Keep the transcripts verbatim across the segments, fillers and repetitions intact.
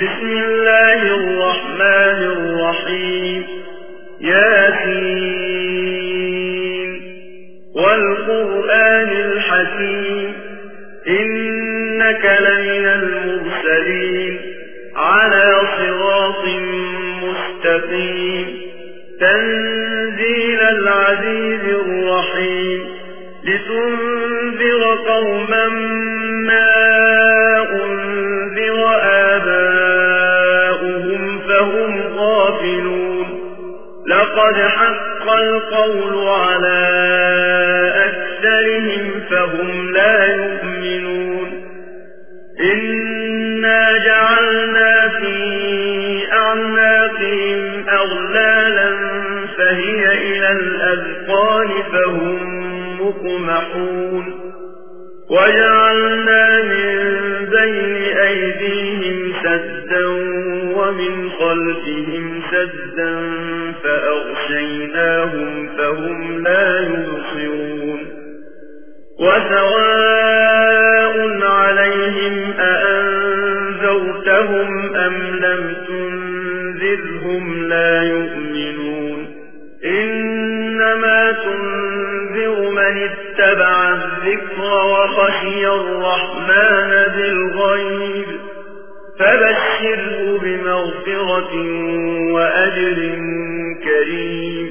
بسم الله الرحمن الرحيم ياسين والقرآن الحكيم إنك لمن المرسلين على صراط مستقيم تنزيل العزيز الرحيم لتنذر قوما ما أنذر آباؤهم فهم غافلون لقد حق القول على أكثرهم فهم لا يؤمنون إنا جعلنا في أعناقهم أغلالا فهي إلى الأذقان فهم مقمحون وجعلنا من بين أيديهم سدا ومن خلفهم سدا فأغشيناهم فهم لا يبصرون وسواء عليهم أأنذرتهم أم لم تنذرهم لا يؤمنون إنما تنذر من اتبع الذكر وخشي الرحمن بالغيب فبشره بمغفرة وأجر كريم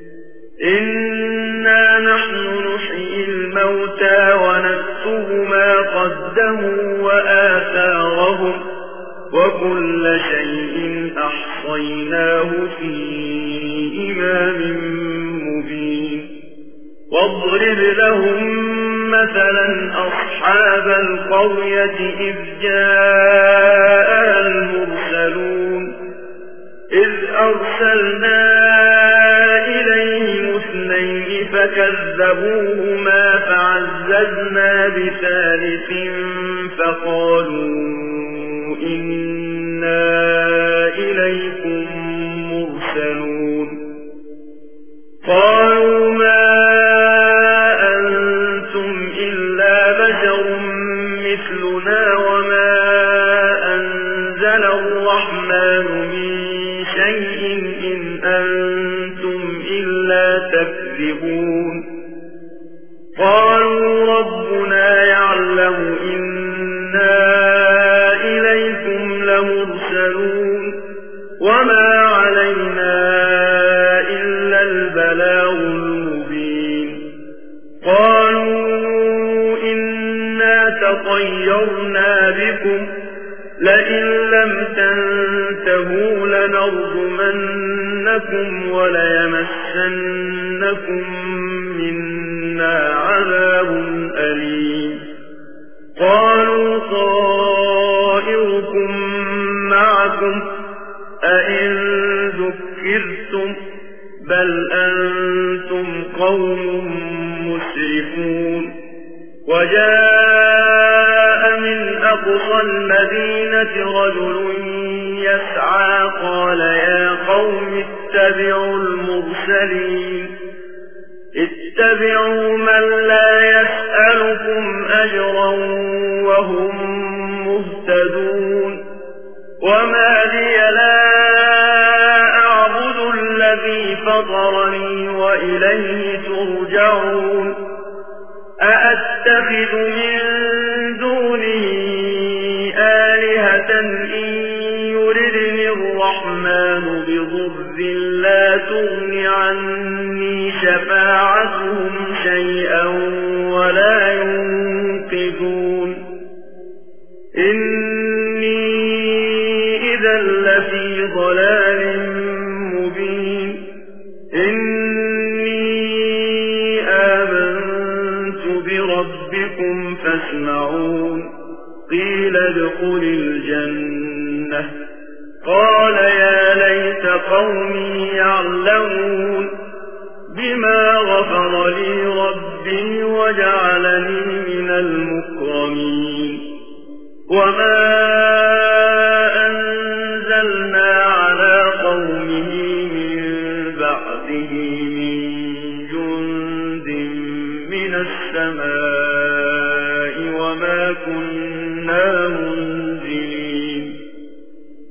إنا نحن نحيي الموتى ونكتب ما قدموا وآثارهم وكل شيء أحصيناه في إمام مبين واضرب لهم مثلا أصحاب القرية إذ جاءها المرسلون إذ أرسلنا إليهم اثنين فكذبوهما فعززنا بثالث فقالوا إنا إليكم مرسلون قالوا ما أنتم إلا بشر مثلنا وما أنزل الرحمن من شيء إن أنتم إلا تكذبون قالوا ربنا يعلم إنا إليكم لمرسلون وما علينا إلا البلاغ المبين قالوا إنا تطيرنا بكم لئن لم تنتهوا لنرجمنكم وليمسنكم منا عذاب أليم قالوا طائركم معكم أئن ذكرتم بل أنتم قوم مسرفون وجاء من أقصى المدينة رجل يسعى قال يا قوم اتبعوا المرسلين اتبعوا من لا يسألكم أجرا وهم مهتدون وما لي لا أعبد الذي فطرني وإليه ترجعون أأتخذ من دونه آلهة إن يردني الرحمن بضر لا تغن عني شفاعتهم شيئا ولا ينقذون إني إذا لفي ضلال مبين إني آمنت بربكم فاسمعون قيل ادخل الجنة قال يا ليت قومي يعلمون بما غفر لي ربي وجعلني من المكرمين وما أنزلنا على قومه من بعده من جند من السماء وما كنا منزلين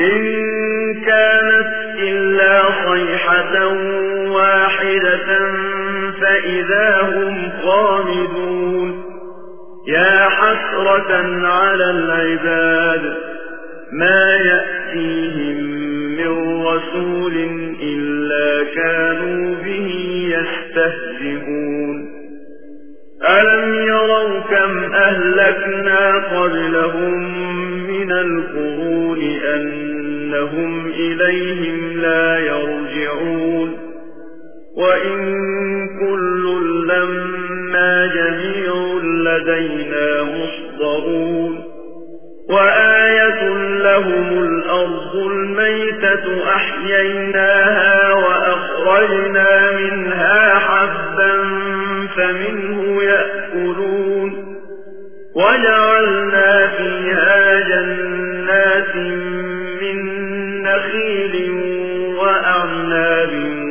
إن كانت إلا صيحة واحدة فإذا هم خامدون يا حسرة على العباد ما يأتيهم من رسول إلا كانوا به يستهزئون ألم يروا كم أهلكنا قبلهم من القرون أنهم إليهم لا يرجعون وإن كل لما جميع لدينا محضرون وآية لهم الأرض الميتة أحييناها وأخرجنا منها حبا فمنه يأكلون وجعلنا فيها جنات من نخيل وأعناب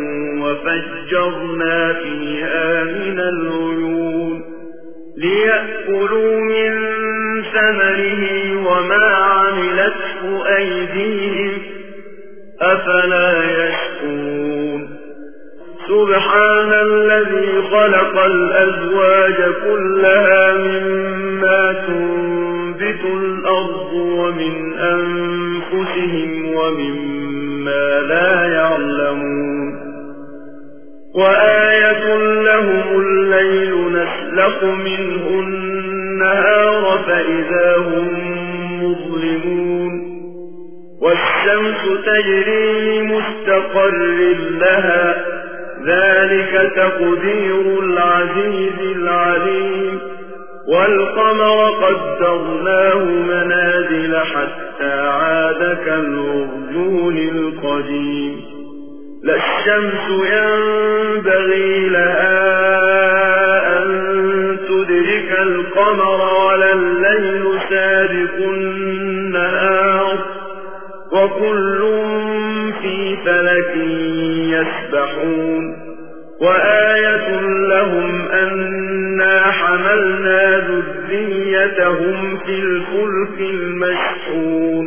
وفجرنا فيها من العيون ليأكلوا من ثمره وما عملته أيديهم أفلا يشكرون سبحان الذي خلق الأزواج كلها مما تنبت الأرض ومن أنفسهم ومما لا يعلمون وآية لهم الليل نسلخ منه النهار فإذا هم مظلمون والشمس تجري لمستقر لها ذلك تقدير العزيز العليم والقمر قدرناه منازل حتى عاد كالعرجون القديم لا الشمس ينبغي لها أن تدرك القمر ولا الليل سابق النهار وكل في فلك يسبحون وآية لهم أنا حملنا ذريتهم في الفلك المشحون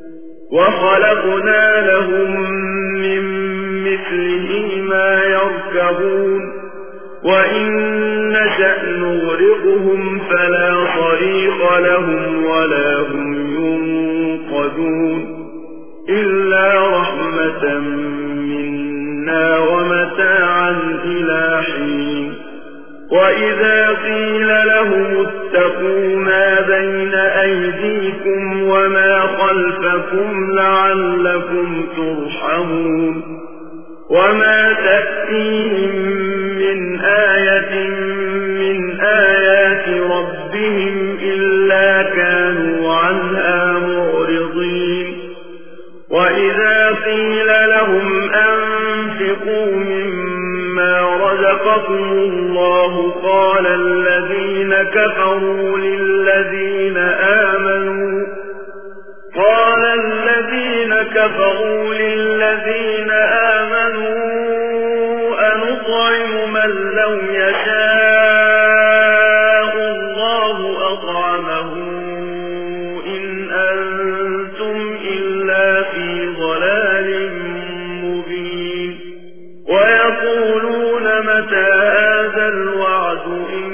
وخلقنا لهم من مثله ما يركبون وإن نشأ نغرقهم فلا صريخ لهم ولا هم ينقذون إلا رحمة منا ومتاعا إلى حين وإذا قيل لهم اتقوا ما بين أيديكم وما خلفكم لعلكم ترحمون وما تأتيهم من آية من آيات ربهم إلا كانوا عنها معرضين وإذا قيل لهم أنفقوا مما رزقكم الله قال الذين كفروا للذين آمنوا قال الذين كفروا للذين آمنوا أنطعم من لو يشاء الله أطعمه إن أنتم إلا في ضلال مبين ويقولون متى هذا الوعد إن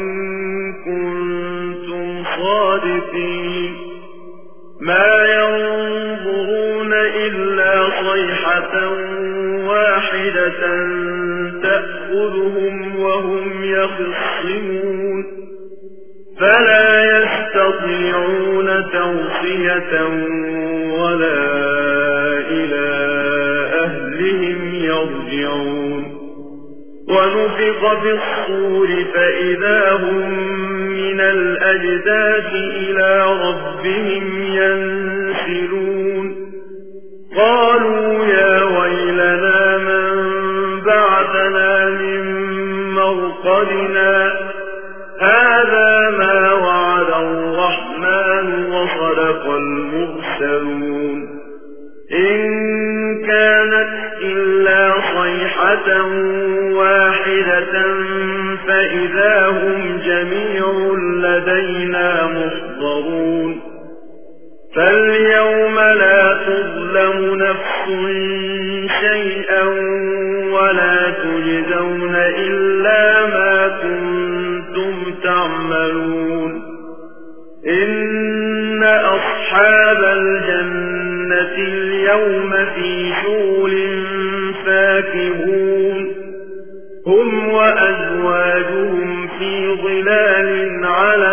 كنتم صادقين ما ينظرون إلا صيحة واحدة تأخذهم وهم يخصمون فلا يستطيعون توصية ولا إلى أهلهم يرجعون ونفخ في الصور فإذا هم من الأجداث إلى ربهم ينسلون قالوا يا ويلنا من بعثنا من مرقدنا هذا ما وعد الرحمن وصدق المرسلون إن كانت إلا صيحة واحدة فإذا هم جميع لدينا محضرون فاليوم لا تظلم اليوم في شغل فاكهون هم وأزواجهم في ظلال على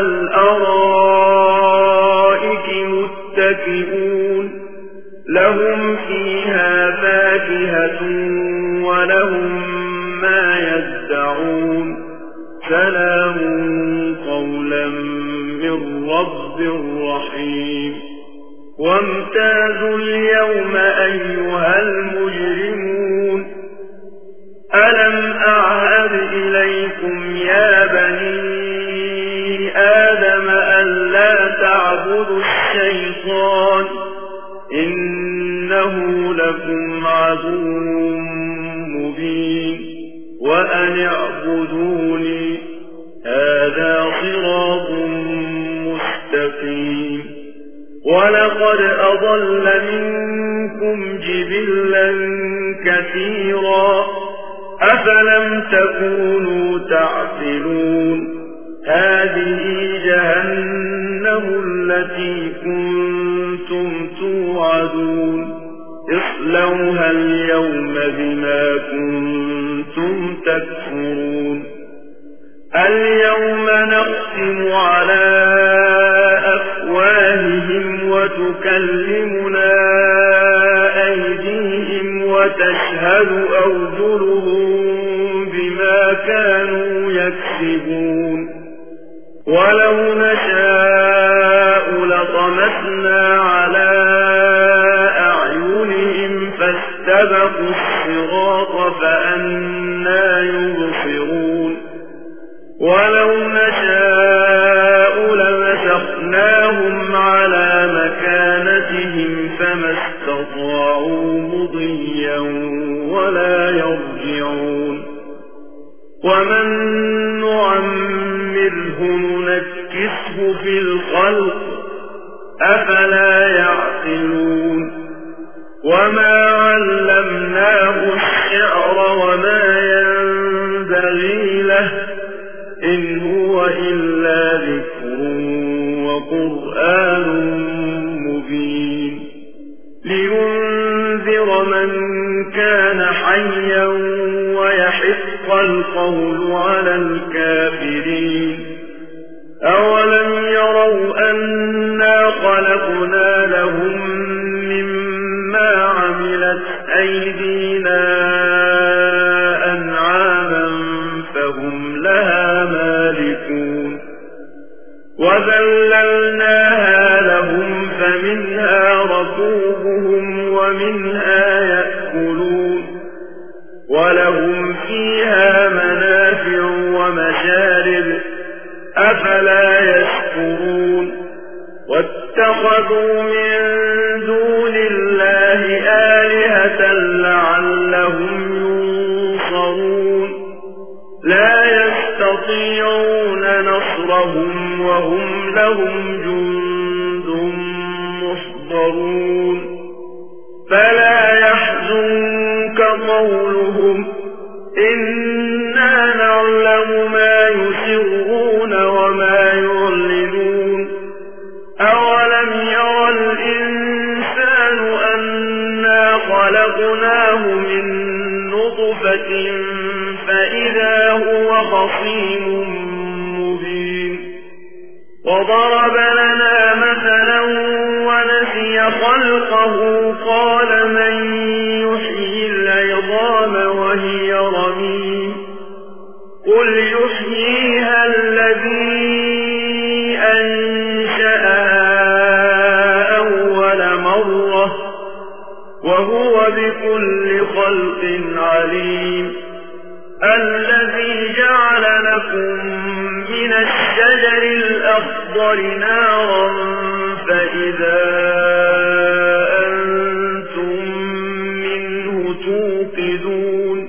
الأرائك متكئون لهم فيها فاكهة ولهم ما يدعون سلام قولا من رب رحيم وامتازوا اليوم أيها المجرمون ألم أعهد إليكم يا بني آدم ألا تعبدوا الشيطان إنه لكم عدو مبين وأن اعبدوني هذا صراط مستقيم ولقد أضل منكم جبلا كثيرا أفلم تكونوا تعقلون هذه جهنم التي كنتم توعدون اصلوها اليوم بما كنتم تكفرون اليوم نختم على أفواههم وتكلمنا أيديهم وتشهد أرجلهم بما كانوا يكسبون ولو نشاء لطمسنا على أعينهم فاستبقوا الصراط فأنى يبصرون ولو نشاء لمسخناهم على مكانتهم فما استطاعوا مضيا ولا يرجعون ومن نعمره ننكسه في الخلق أفلا يعقلون وما علمناه الشعر وما ينبغي له إن هو إلا ذكر وقرآن مبين لينذر من كان حيا ويحق القول على الكافرين أولم يروا أنا خلقنا لهم مما عملت أيدينا أنعاما فهم لها مالكون وذللناها لهم فمنها ركوبهم ومنها يأكلون ولهم فيها منافع ومشارب أفلا يشكرون واتخذوا من دون الله آلهة لعلهم ينصرون لا يستطيعون نصرهم وهم لهم جند محضرون فلا يحزنك قولهم إنا نعلم ما يسرون وما يعلنون أولم يرى الإنسان أنا خلقناه من نطفة فإذا هو خصيم مبين وضرب لنا مثلا ونسي خلقه قال من يحيي العظام وهي رميم قل يحييها الذي أنشأها أول مرة وهو بكل خلق عليم الذي جعل لكم من الشجر الأخضر نارا فإذا أنتم منه توقدون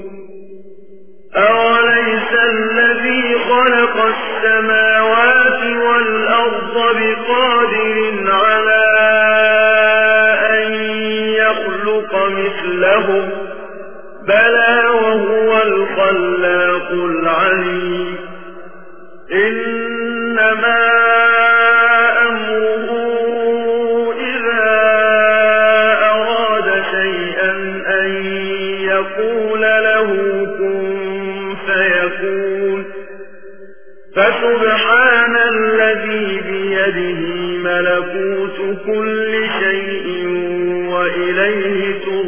أوليس الذي خلق السماوات والأرض بقادر على أن يخلق مثلهم بلى وهو الخلاق العليم إنما أمره إذا سبحان الذي بيده ملكوت كل شيء وإليه ترجعون